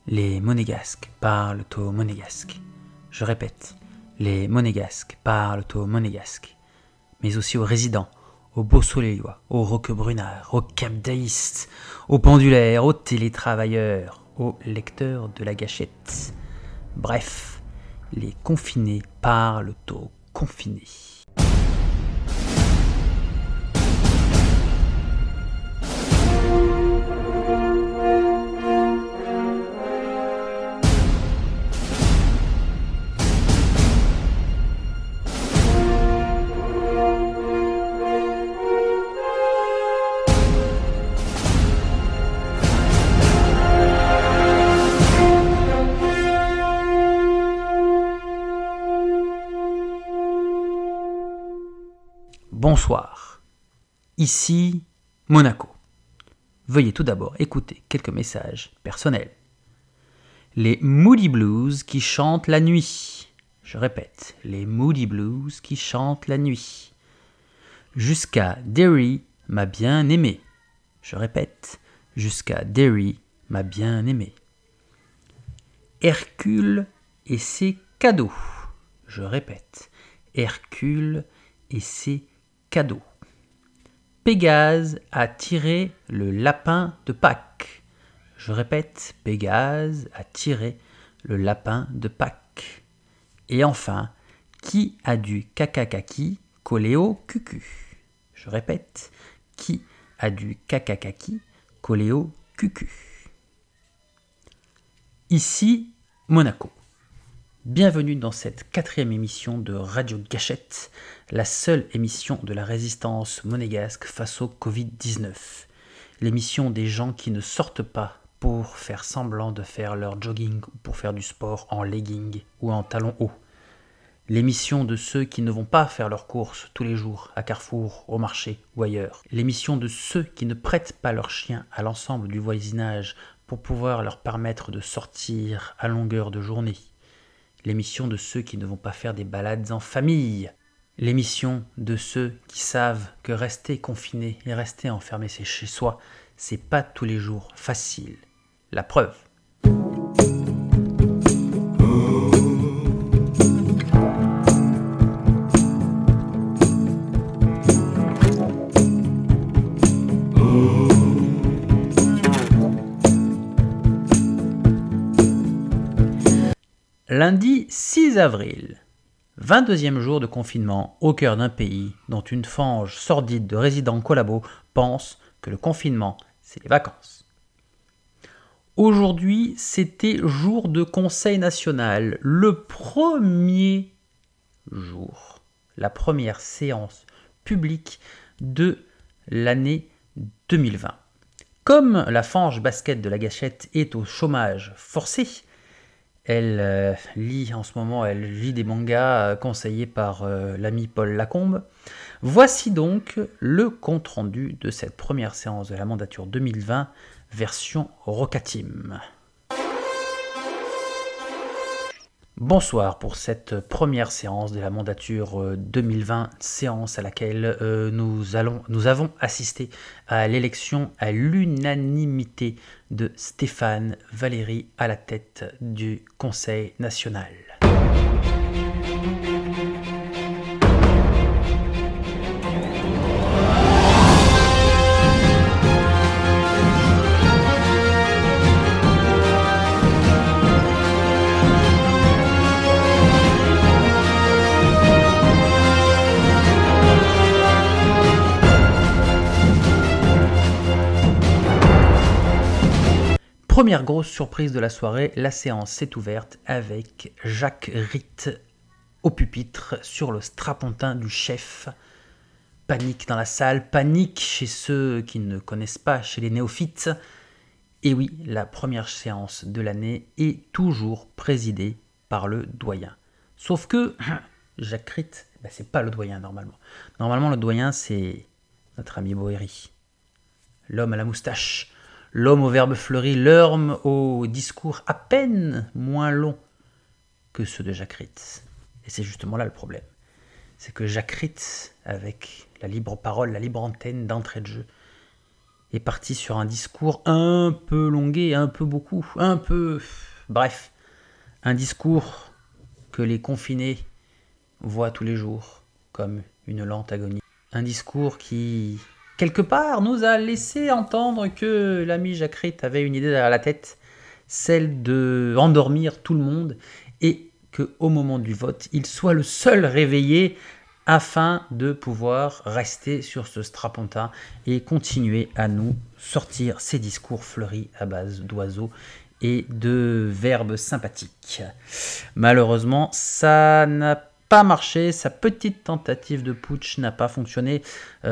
Les Monégasques parlent au monégasque. Je répète, les Monégasques parlent au monégasque. Mais aussi aux résidents, aux Beausoleillois, aux Roquebrunards, aux Capdaïstes, aux Pendulaires, aux télétravailleurs, aux lecteurs de la gâchette. Bref, les confinés parlent aux confinés. Bonsoir, ici Monaco. Veuillez tout d'abord écouter quelques messages personnels. Les Moody Blues qui chantent la nuit. Je répète, les Moody Blues qui chantent la nuit. Jusqu'à Derry m'a bien aimé. Je répète, jusqu'à Derry m'a bien aimé. Hercule et ses cadeaux. Je répète, Hercule et ses cadeaux. Pégase a tiré le lapin de Pâques. Je répète, Pégase a tiré le lapin de Pâques. Et enfin, qui a du caca-kaki collé au cucu? Je répète, qui a du caca-kaki collé au cucu? Ici, Monaco. Bienvenue dans cette 4e émission de Radio Gâchette, la seule émission de la résistance monégasque face au Covid-19. L'émission des gens qui ne sortent pas pour faire semblant de faire leur jogging ou pour faire du sport en legging ou en talons hauts. L'émission de ceux qui ne vont pas faire leurs courses tous les jours à Carrefour, au marché ou ailleurs. L'émission de ceux qui ne prêtent pas leurs chiens à l'ensemble du voisinage pour pouvoir leur permettre de sortir à longueur de journée. L'émission de ceux qui ne vont pas faire des balades en famille. L'émission de ceux qui savent que rester confiné et rester enfermé chez soi, c'est pas tous les jours facile. La preuve. Lundi 6 avril, 22e jour de confinement au cœur d'un pays dont une fange sordide de résidents collabos pense que le confinement, c'est les vacances. Aujourd'hui, c'était jour de Conseil national, le premier jour, la première séance publique de l'année 2020. Comme la fange basket de la gâchette est au chômage forcé, elle lit des mangas conseillés par l'ami Paul Lacombe. Voici donc le compte-rendu de cette première séance de la mandature 2020, version Rocatim. Bonsoir pour cette première séance de la mandature 2020, séance à laquelle nous avons assisté à l'élection à l'unanimité de Stéphane Valéry à la tête du Conseil national. Première grosse surprise de la soirée, la séance s'est ouverte avec Jacques Ritt au pupitre sur le strapontin du chef. Panique dans la salle, panique chez ceux qui ne connaissent pas, chez les néophytes. Et oui, la première séance de l'année est toujours présidée par le doyen. Sauf que Jacques Ritt, c'est pas le doyen normalement. Normalement, le doyen, c'est notre ami Boéry, l'homme à la moustache. L'homme au verbe fleuri, l'homme au discours à peine moins long que ceux de Jacques Ritt. Et c'est justement là le problème. C'est que Jacques Ritt, avec la libre parole, la libre antenne d'entrée de jeu, est parti sur un discours un peu longué, bref, un discours que les confinés voient tous les jours comme une lente agonie. Un discours qui, quelque part, nous a laissé entendre que l'ami Jacques Ritt avait une idée derrière la tête, celle de endormir tout le monde et qu'au moment du vote, il soit le seul réveillé afin de pouvoir rester sur ce strapontin et continuer à nous sortir ces discours fleuris à base d'oiseaux et de verbes sympathiques. Malheureusement, ça n'a pas marché, sa petite tentative de putsch n'a pas fonctionné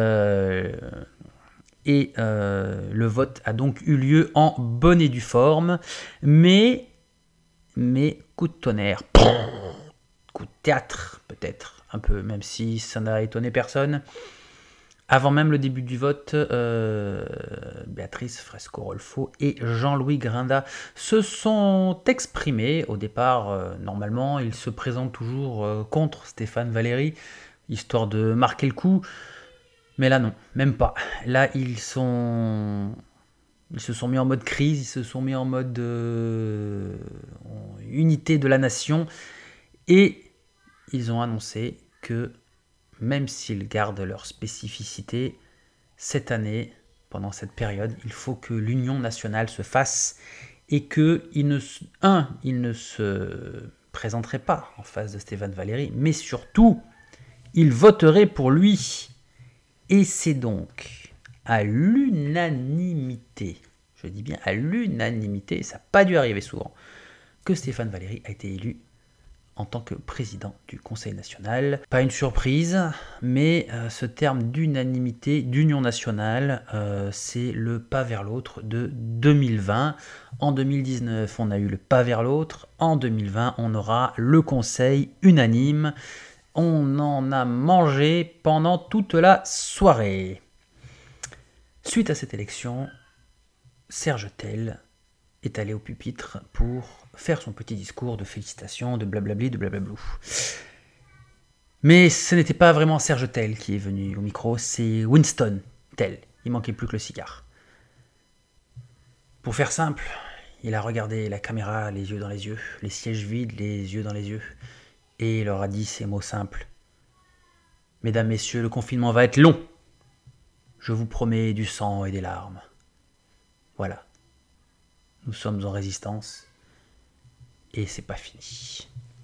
et le vote a donc eu lieu en bonne et due forme, mais coup de tonnerre, coup de théâtre peut-être, un peu, même si ça n'a étonné personne. Avant même le début du vote, Béatrice Fresco-Rolfo et Jean-Louis Grinda se sont exprimés. Au départ, normalement, ils se présentent toujours contre Stéphane Valéry, histoire de marquer le coup. Mais là, non, même pas. Là, ils se sont mis en mode crise, ils se sont mis en mode unité de la nation. Et ils ont annoncé que même s'ils gardent leur spécificité, cette année, pendant cette période, il faut que l'union nationale se fasse et qu'ils ne se présenteraient pas en face de Stéphane Valéry, mais surtout, ils voteraient pour lui. Et c'est donc à l'unanimité, je dis bien à l'unanimité, ça n'a pas dû arriver souvent, que Stéphane Valéry a été élu en tant que président du Conseil national. Pas une surprise, mais ce terme d'unanimité, d'union nationale, c'est le pas vers l'autre de 2020. En 2019, on a eu le pas vers l'autre. En 2020, on aura le Conseil unanime. On en a mangé pendant toute la soirée. Suite à cette élection, Serge Tell est allé au pupitre pour faire son petit discours de félicitations, de blablabli, de blablablou. Mais ce n'était pas vraiment Serge Tell qui est venu au micro, c'est Winston Tell. Il manquait plus que le cigare. Pour faire simple, il a regardé la caméra les yeux dans les yeux, les sièges vides les yeux dans les yeux, et il leur a dit ces mots simples. Mesdames, messieurs, le confinement va être long. Je vous promets du sang et des larmes. Voilà. Nous sommes en résistance et c'est pas fini.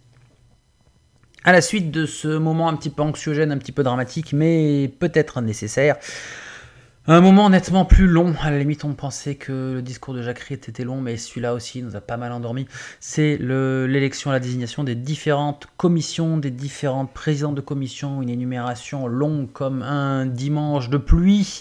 À la suite de ce moment un petit peu anxiogène, un petit peu dramatique, mais peut-être nécessaire, un moment nettement plus long. À la limite, on pensait que le discours de Jacques Ritt était long, mais celui-là aussi nous a pas mal endormis. C'est l'élection, la désignation des différentes commissions, des différentes présidents de commission, une énumération longue comme un dimanche de pluie.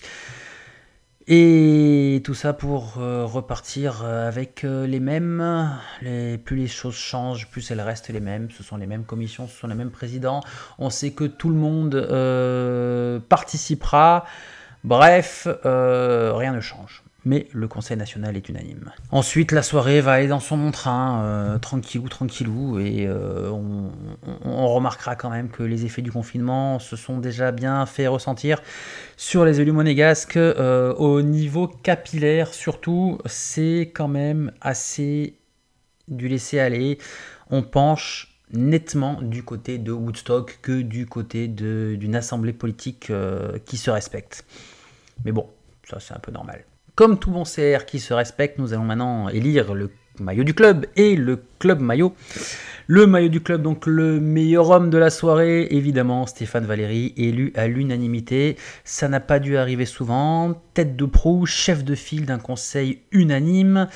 Et tout ça pour repartir avec les mêmes. Plus les choses changent, plus elles restent les mêmes. Ce sont les mêmes commissions, ce sont les mêmes présidents. On sait que tout le monde participera. Bref, rien ne change. Mais le Conseil national est unanime. Ensuite, la soirée va aller dans son bon train, tranquillou, et on remarquera quand même que les effets du confinement se sont déjà bien fait ressentir sur les élus monégasques. Au niveau capillaire, surtout, c'est quand même assez du laisser-aller. On penche nettement du côté de Woodstock que du côté d'une assemblée politique qui se respecte. Mais bon, ça c'est un peu normal. Comme tout bon CR qui se respecte, nous allons maintenant élire le maillot du club et le club maillot. Le maillot du club, donc le meilleur homme de la soirée, évidemment Stéphane Valéry, élu à l'unanimité. Ça n'a pas dû arriver souvent. Tête de proue, chef de file d'un conseil unanime.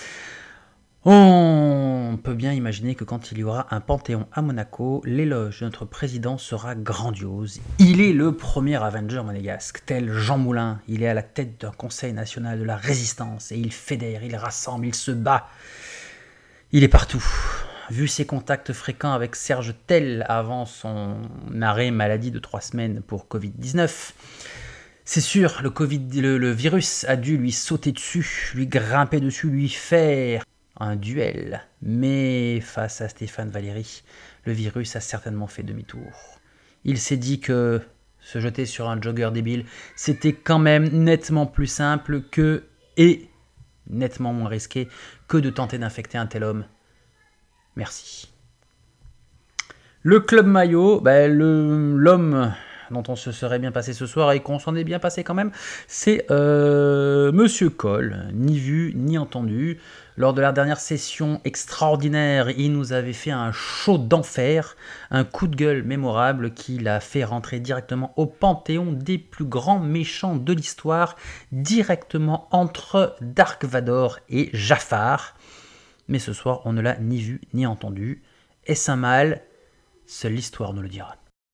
On peut bien imaginer que quand il y aura un Panthéon à Monaco, l'éloge de notre président sera grandiose. Il est le premier Avenger monégasque, tel Jean Moulin. Il est à la tête d'un conseil national de la résistance et il fédère, il rassemble, il se bat. Il est partout. Vu ses contacts fréquents avec Serge Tell avant son arrêt maladie de 3 semaines pour Covid-19, c'est sûr, le virus a dû lui sauter dessus, lui grimper dessus, lui faire un duel. Mais face à Stéphane Valéry, le virus a certainement fait demi-tour. Il s'est dit que se jeter sur un jogger débile, c'était quand même nettement plus simple que est nettement moins risqué que de tenter d'infecter un tel homme. Merci. Le club maillot, l'homme dont on se serait bien passé ce soir et qu'on s'en est bien passé quand même, c'est Monsieur Cole, ni vu ni entendu. Lors de la dernière session extraordinaire, il nous avait fait un show d'enfer, un coup de gueule mémorable qui l'a fait rentrer directement au panthéon des plus grands méchants de l'histoire, directement entre Dark Vador et Jafar. Mais ce soir, on ne l'a ni vu ni entendu. Est-ce un mal ? Seule l'histoire nous le dira.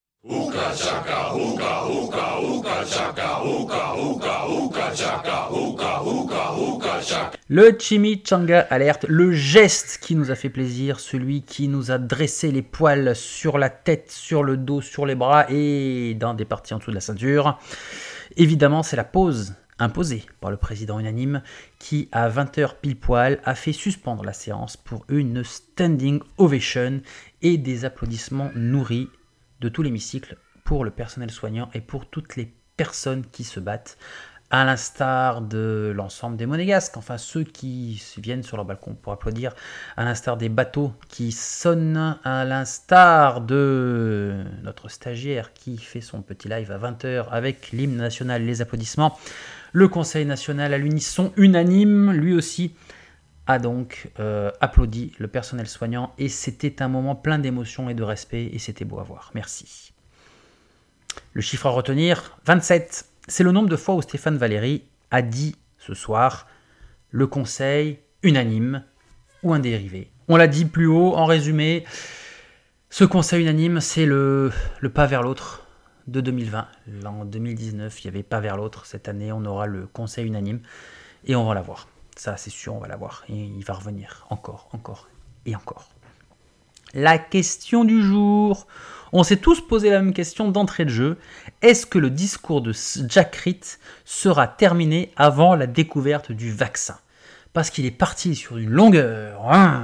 Le chimichanga alerte, le geste qui nous a fait plaisir, celui qui nous a dressé les poils sur la tête, sur le dos, sur les bras et dans des parties en dessous de la ceinture. Évidemment, c'est la pause imposée par le président unanime qui, à 20h pile poil, a fait suspendre la séance pour une standing ovation et des applaudissements nourris de tout l'hémicycle pour le personnel soignant et pour toutes les personnes qui se battent, à l'instar de l'ensemble des Monégasques, enfin ceux qui viennent sur leur balcon pour applaudir, à l'instar des bateaux qui sonnent, à l'instar de notre stagiaire qui fait son petit live à 20h avec l'hymne national et les applaudissements. Le Conseil national à l'unisson unanime, lui aussi, a donc applaudi le personnel soignant et c'était un moment plein d'émotion et de respect et c'était beau à voir. Merci. Le chiffre à retenir, 27. C'est le nombre de fois où Stéphane Valéry a dit ce soir le Conseil unanime ou un dérivé. On l'a dit plus haut, en résumé, ce Conseil unanime, c'est le pas vers l'autre de 2020. En 2019, il n'y avait pas vers l'autre. Cette année, on aura le Conseil unanime et on va l'avoir. Ça, c'est sûr, on va l'avoir. Et il va revenir encore et encore. La question du jour. On s'est tous posé la même question d'entrée de jeu. Est-ce que le discours de Jack Ritt sera terminé avant la découverte du vaccin ? Parce qu'il est parti sur une longueur.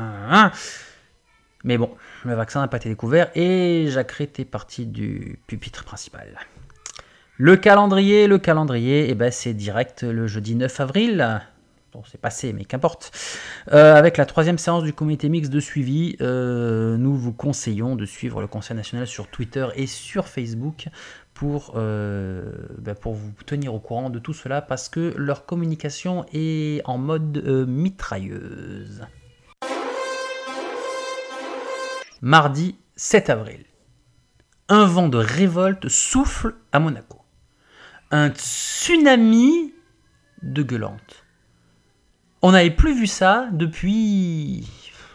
Mais bon, le vaccin n'a pas été découvert et Jack Ritt est parti du pupitre principal. Le calendrier, c'est direct le jeudi 9 avril. Bon, c'est passé, mais qu'importe. Avec la 3e séance du comité mixte de suivi, nous vous conseillons de suivre le Conseil national sur Twitter et sur Facebook pour vous tenir au courant de tout cela, parce que leur communication est en mode mitrailleuse. Mardi 7 avril. Un vent de révolte souffle à Monaco. Un tsunami de gueulantes. On n'avait plus vu ça depuis...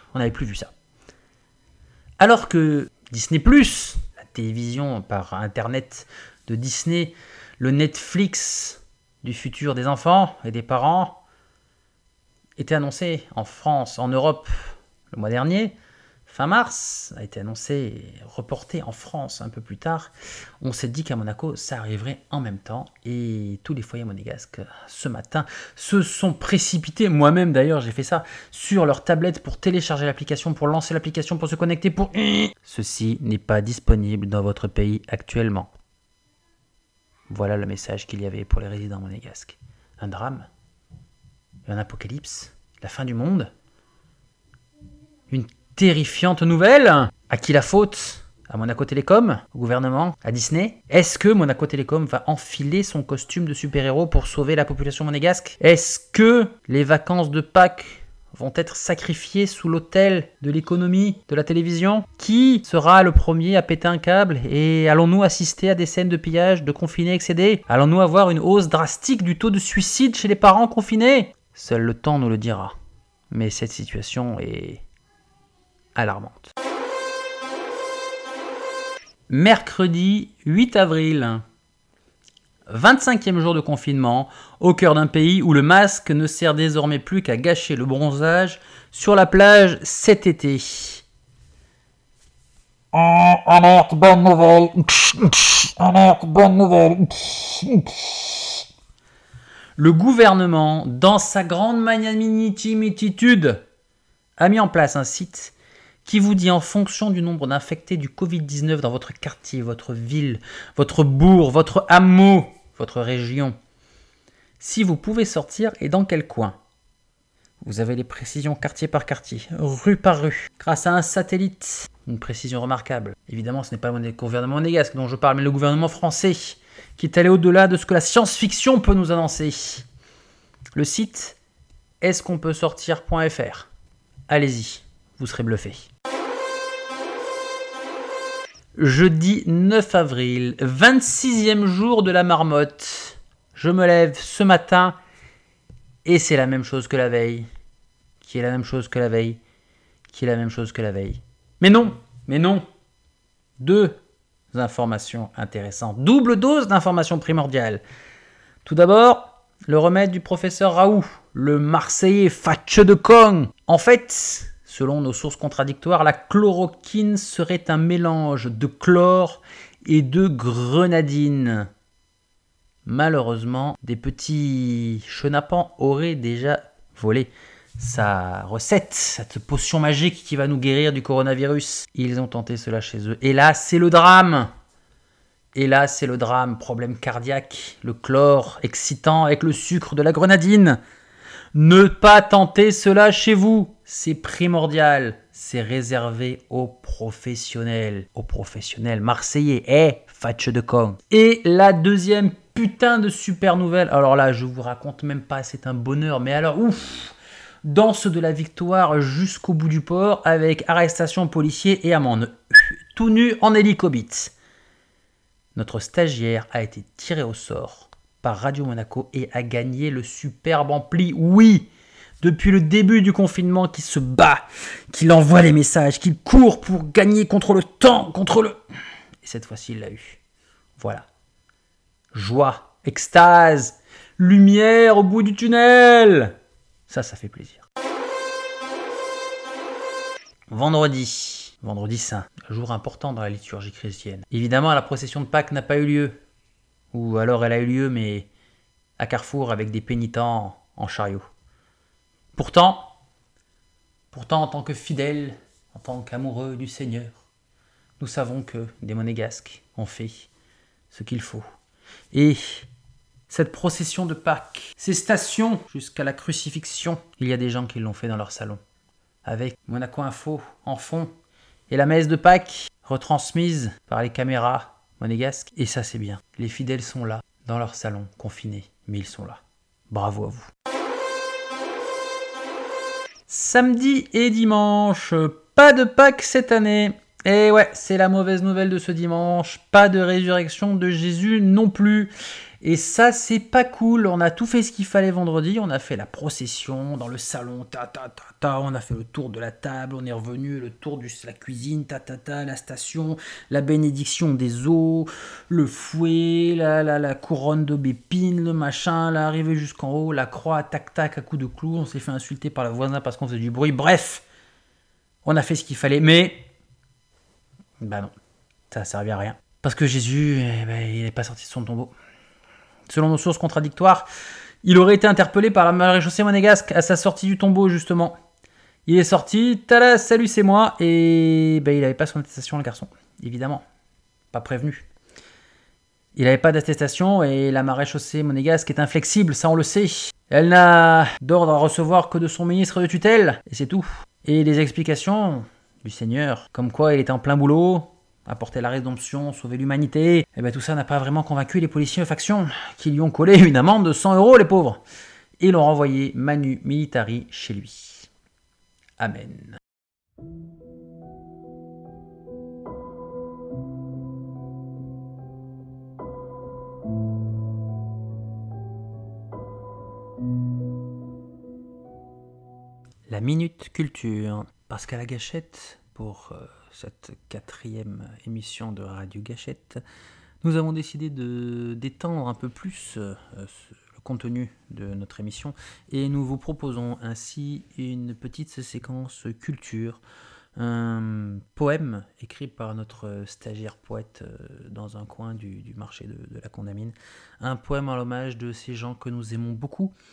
Alors que Disney+, la télévision par Internet de Disney, le Netflix du futur des enfants et des parents, était annoncé en France, en Europe, le mois dernier. Fin mars, a été annoncé, reporté en France un peu plus tard. On s'est dit qu'à Monaco, ça arriverait en même temps. Et tous les foyers monégasques, ce matin, se sont précipités. Moi-même, d'ailleurs, j'ai fait ça sur leur tablette pour télécharger l'application, pour lancer l'application, pour se connecter, pour... Ceci n'est pas disponible dans votre pays actuellement. Voilà le message qu'il y avait pour les résidents monégasques. Un drame, un apocalypse, la fin du monde, une terrifiante nouvelle. À qui la faute ? À Monaco Télécom ? Au gouvernement ? À Disney ? Est-ce que Monaco Télécom va enfiler son costume de super-héros pour sauver la population monégasque ? Est-ce que les vacances de Pâques vont être sacrifiées sous l'autel de l'économie de la télévision ? Qui sera le premier à péter un câble ? Et allons-nous assister à des scènes de pillage, de confinés excédés ? Allons-nous avoir une hausse drastique du taux de suicide chez les parents confinés ? Seul le temps nous le dira. Mais cette situation est alarmante. Mercredi 8 avril, 25e jour de confinement, au cœur d'un pays où le masque ne sert désormais plus qu'à gâcher le bronzage sur la plage cet été. Alerte, bonne nouvelle. Alerte, bonne nouvelle. Le gouvernement, dans sa grande magnanimitude, a mis en place un site qui vous dit en fonction du nombre d'infectés du Covid-19 dans votre quartier, votre ville, votre bourg, votre hameau, votre région, si vous pouvez sortir et dans quel coin. Vous avez les précisions quartier par quartier, rue par rue, grâce à un satellite. Une précision remarquable. Évidemment, ce n'est pas le gouvernement monégasque dont je parle, mais le gouvernement français, qui est allé au-delà de ce que la science-fiction peut nous annoncer. Le site est-ce-qu'on-peut-sortir.fr. Allez-y, vous serez bluffés. Jeudi 9 avril, 26e jour de la marmotte. Je me lève ce matin et c'est la même chose que la veille. Qui est la même chose que la veille. Qui est la même chose que la veille. Mais non. Deux informations intéressantes. Double dose d'informations primordiales. Tout d'abord, le remède du professeur Raoult, le Marseillais Fatche de Kong. En fait, selon nos sources contradictoires, la chloroquine serait un mélange de chlore et de grenadine. Malheureusement, des petits chenapans auraient déjà volé sa recette, cette potion magique qui va nous guérir du coronavirus. Ils ont tenté cela chez eux. Et là, c'est le drame. Problème cardiaque, le chlore excitant avec le sucre de la grenadine. Ne pas tenter cela chez vous. C'est primordial. C'est réservé aux professionnels. Aux professionnels marseillais. Fatche de Kong. Et la deuxième putain de super nouvelle. Alors là, je vous raconte même pas, c'est un bonheur. Mais alors, ouf! Danse de la victoire jusqu'au bout du port avec arrestation policier et amende. Tout nu en hélicobite. Notre stagiaire a été tiré au sort par Radio Monaco et a gagné le superbe ampli. Oui, depuis le début du confinement, qu'il se bat, qu'il envoie les messages, qu'il court pour gagner contre le temps, Et cette fois-ci, il l'a eu. Voilà. Joie, extase, lumière au bout du tunnel. Ça fait plaisir. Vendredi saint, jour important dans la liturgie chrétienne. Évidemment, la procession de Pâques n'a pas eu lieu. Ou alors elle a eu lieu, mais à Carrefour avec des pénitents en chariot. Pourtant, en tant que fidèles, en tant qu'amoureux du Seigneur, nous savons que des Monégasques ont fait ce qu'il faut. Et cette procession de Pâques, ces stations jusqu'à la crucifixion, il y a des gens qui l'ont fait dans leur salon. Avec Monaco Info en fond et la messe de Pâques retransmise par les caméras monégasques. Et ça, c'est bien. Les fidèles sont là, dans leur salon, confinés, mais ils sont là. Bravo à vous. Samedi et dimanche, pas de Pâques cette année. Et ouais, c'est la mauvaise nouvelle de ce dimanche. Pas de résurrection de Jésus non plus. Et ça, c'est pas cool. On a tout fait ce qu'il fallait vendredi. On a fait la procession dans le salon. On a fait le tour de la table. On est revenu. Le tour de la cuisine. La station. La bénédiction des eaux. Le fouet. La couronne d'aubépine. Le machin. L'arrivée jusqu'en haut. La croix. Tac, à coups de clous. On s'est fait insulter par le voisin parce qu'on faisait du bruit. Bref. On a fait ce qu'il fallait. Mais bah non. Ça servait à rien. Parce que Jésus, il n'est pas sorti de son tombeau. Selon nos sources contradictoires, il aurait été interpellé par la maréchaussée monégasque à sa sortie du tombeau, justement. Il est sorti, tada, salut, c'est moi, et il n'avait pas son attestation, le garçon. Évidemment, pas prévenu. Il n'avait pas d'attestation et la maréchaussée monégasque est inflexible, ça on le sait. Elle n'a d'ordre à recevoir que de son ministre de tutelle, et c'est tout. Et les explications du Seigneur, comme quoi il était en plein boulot, apporter la rédemption, sauver l'humanité, et bien tout ça n'a pas vraiment convaincu les policiers de faction, qui lui ont collé une amende de 100 €, les pauvres. Et l'ont renvoyé manu militari chez lui. Amen. La Minute Culture. Pascal Gachette pour cette 4e émission de Radio Gâchette. Nous avons décidé d'étendre un peu plus le contenu de notre émission et nous vous proposons ainsi une petite séquence culture, un poème écrit par notre stagiaire poète dans un coin du marché de la Condamine, un poème à l'hommage de ces gens que nous aimons beaucoup,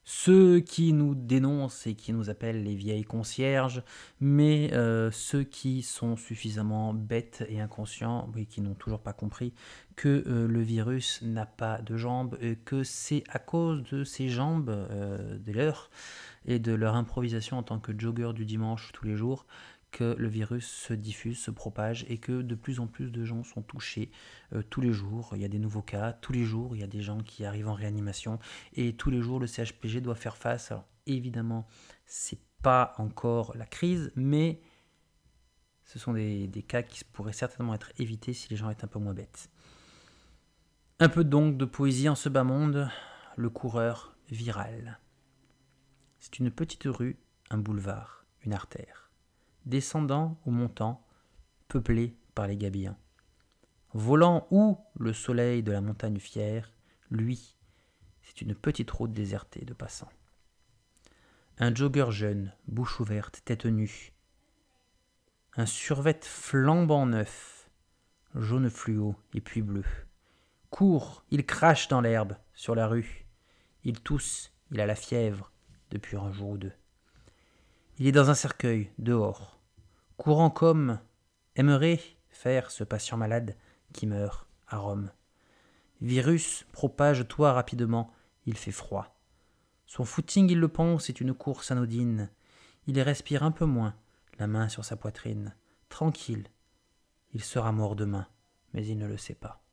Ceux qui nous dénoncent et qui nous appellent les vieilles concierges, mais ceux qui sont suffisamment bêtes et inconscients, oui, qui n'ont toujours pas compris que le virus n'a pas de jambes, et que c'est à cause de ces jambes, des leurs, et de leur improvisation en tant que jogger du dimanche tous les jours, que le virus se diffuse, se propage et que de plus en plus de gens sont touchés tous les jours. Il y a des nouveaux cas, tous les jours il y a des gens qui arrivent en réanimation et tous les jours le CHPG doit faire face. Alors évidemment, c'est pas encore la crise, mais ce sont des cas qui pourraient certainement être évités si les gens étaient un peu moins bêtes. Un peu donc de poésie en ce bas monde, le coureur viral. C'est une petite rue, un boulevard, une artère. Descendant ou montant, peuplé par les gabillons. Volant où le soleil de la montagne fière, lui, c'est une petite route désertée de passants. Un jogger jeune, bouche ouverte, tête nue. Un survêt flambant neuf, jaune fluo et puis bleu. Court, il crache dans l'herbe, sur la rue. Il tousse, il a la fièvre, depuis un jour ou deux. Il est dans un cercueil, dehors, courant comme aimerait faire ce patient malade qui meurt à Rome. Virus, propage-toi rapidement, il fait froid. Son footing, il le pense, est une course anodine. Il respire un peu moins, la main sur sa poitrine. Tranquille, il sera mort demain, mais il ne le sait pas.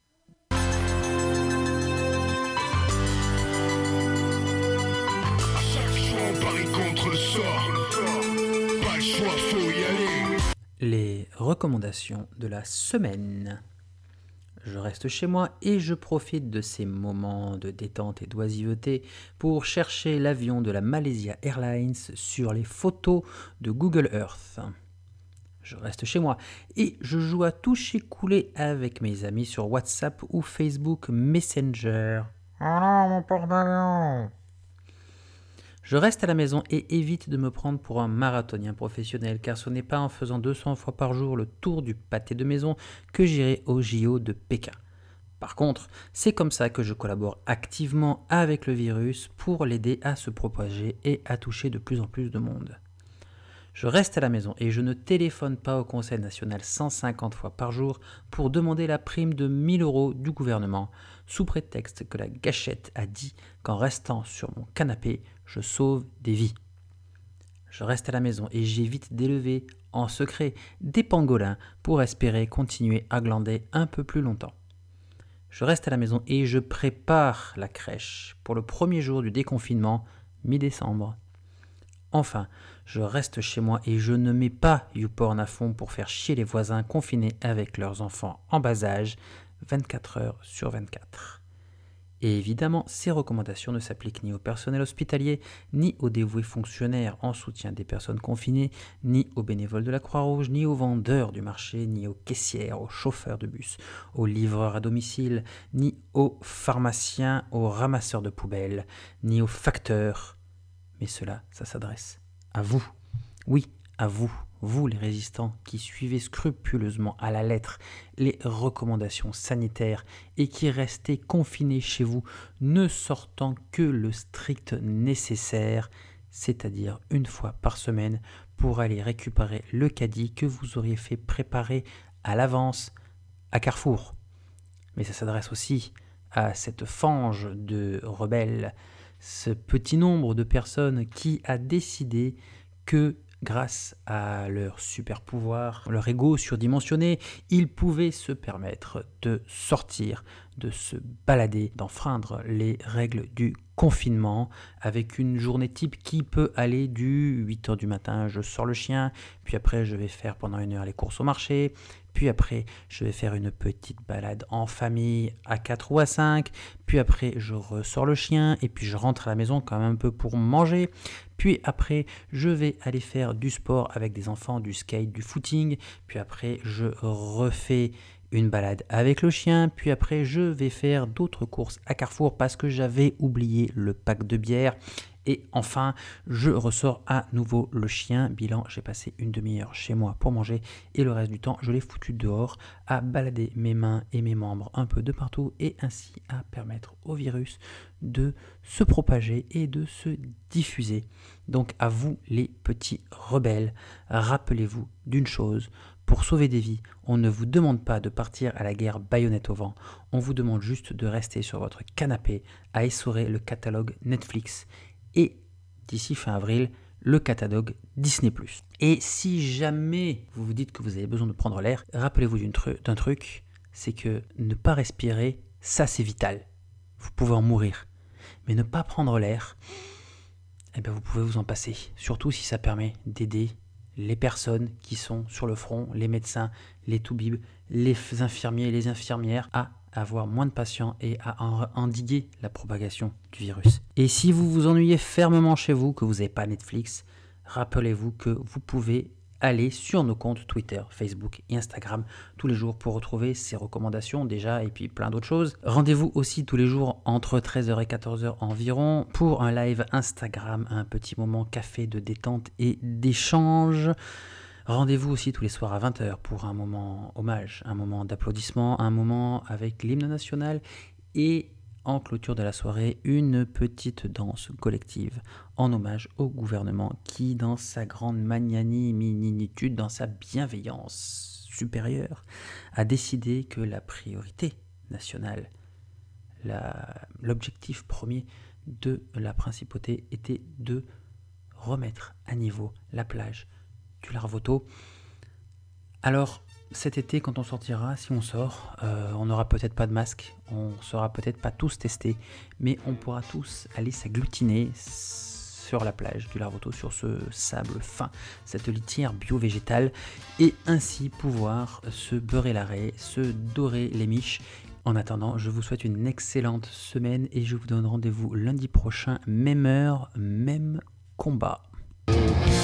Contre le sort, pas le choix, faut y aller. Les recommandations de la semaine. Je reste chez moi et je profite de ces moments de détente et d'oisiveté pour chercher l'avion de la Malaysia Airlines sur les photos de Google Earth. Je reste chez moi et je joue à toucher-couler avec mes amis sur WhatsApp ou Facebook Messenger. Oh non, mon porte-avions! Je reste à la maison et évite de me prendre pour un marathonien professionnel, car ce n'est pas en faisant 200 fois par jour le tour du pâté de maison que j'irai au JO de Pékin. Par contre, c'est comme ça que je collabore activement avec le virus pour l'aider à se propager et à toucher de plus en plus de monde. Je reste à la maison et je ne téléphone pas au Conseil national 150 fois par jour pour demander la prime de 1 000 € du gouvernement, sous prétexte que la gâchette a dit qu'en restant sur mon canapé, je sauve des vies. Je reste à la maison et j'évite d'élever, en secret, des pangolins pour espérer continuer à glander un peu plus longtemps. Je reste à la maison et je prépare la crèche pour le premier jour du déconfinement, mi-décembre. Enfin, je reste chez moi et je ne mets pas YouPorn à fond pour faire chier les voisins confinés avec leurs enfants en bas âge, 24 heures sur 24. Et évidemment, ces recommandations ne s'appliquent ni au personnel hospitalier, ni aux dévoués fonctionnaires en soutien des personnes confinées, ni aux bénévoles de la Croix-Rouge, ni aux vendeurs du marché, ni aux caissières, aux chauffeurs de bus, aux livreurs à domicile, ni aux pharmaciens, aux ramasseurs de poubelles, ni aux facteurs. Mais cela, ça s'adresse à vous. Oui, à vous, vous les résistants qui suivez scrupuleusement à la lettre les recommandations sanitaires et qui restez confinés chez vous, ne sortant que le strict nécessaire, c'est-à-dire une fois par semaine, pour aller récupérer le caddie que vous auriez fait préparer à l'avance à Carrefour. Mais ça s'adresse aussi à cette fange de rebelles, ce petit nombre de personnes qui a décidé que grâce à leur super pouvoir, leur ego surdimensionné, ils pouvaient se permettre de sortir, de se balader, d'enfreindre les règles du confinement avec une journée type qui peut aller du 8h du matin, je sors le chien, puis après je vais faire pendant 1 heure les courses au marché, puis après je vais faire une petite balade en famille à 4 ou à 5, puis après je ressors le chien et puis je rentre à la maison quand même un peu pour manger, puis après je vais aller faire du sport avec des enfants, du skate, du footing, puis après je refais une balade avec le chien, puis après je vais faire d'autres courses à Carrefour parce que j'avais oublié le pack de bière, Et enfin, je ressors à nouveau le chien. Bilan, j'ai passé une demi-heure chez moi pour manger et le reste du temps, je l'ai foutu dehors à balader mes mains et mes membres un peu de partout et ainsi à permettre au virus de se propager et de se diffuser. Donc à vous les petits rebelles, rappelez-vous d'une chose, pour sauver des vies, on ne vous demande pas de partir à la guerre baïonnette au vent, on vous demande juste de rester sur votre canapé à essorer le catalogue Netflix et d'ici fin avril, le catalogue Disney+. Et si jamais vous vous dites que vous avez besoin de prendre l'air, rappelez-vous d'un truc, c'est que ne pas respirer, ça c'est vital. Vous pouvez en mourir. Mais ne pas prendre l'air, eh bien vous pouvez vous en passer. Surtout si ça permet d'aider les personnes qui sont sur le front, les médecins, les toubibs, les infirmiers et les infirmières à avoir moins de patients et à endiguer la propagation du virus. Et si vous vous ennuyez fermement chez vous, que vous n'avez pas Netflix, rappelez-vous que vous pouvez aller sur nos comptes Twitter, Facebook et Instagram tous les jours pour retrouver ces recommandations déjà et puis plein d'autres choses. Rendez-vous aussi tous les jours entre 13h et 14h environ pour un live Instagram, un petit moment café de détente et d'échange. Rendez-vous aussi tous les soirs à 20h pour un moment hommage, un moment d'applaudissement, un moment avec l'hymne national et en clôture de la soirée, une petite danse collective en hommage au gouvernement qui, dans sa grande magnanimité, dans sa bienveillance supérieure, a décidé que la priorité nationale, l'objectif premier de la principauté était de remettre à niveau la plage du Larvoto. Alors, cet été, quand on sortira, si on sort, on n'aura peut-être pas de masque, on ne sera peut-être pas tous testés, mais on pourra tous aller s'agglutiner sur la plage du Larvoto, sur ce sable fin, cette litière bio-végétale, et ainsi pouvoir se beurrer l'arrêt, se dorer les miches. En attendant, je vous souhaite une excellente semaine et je vous donne rendez-vous lundi prochain, même heure, même combat.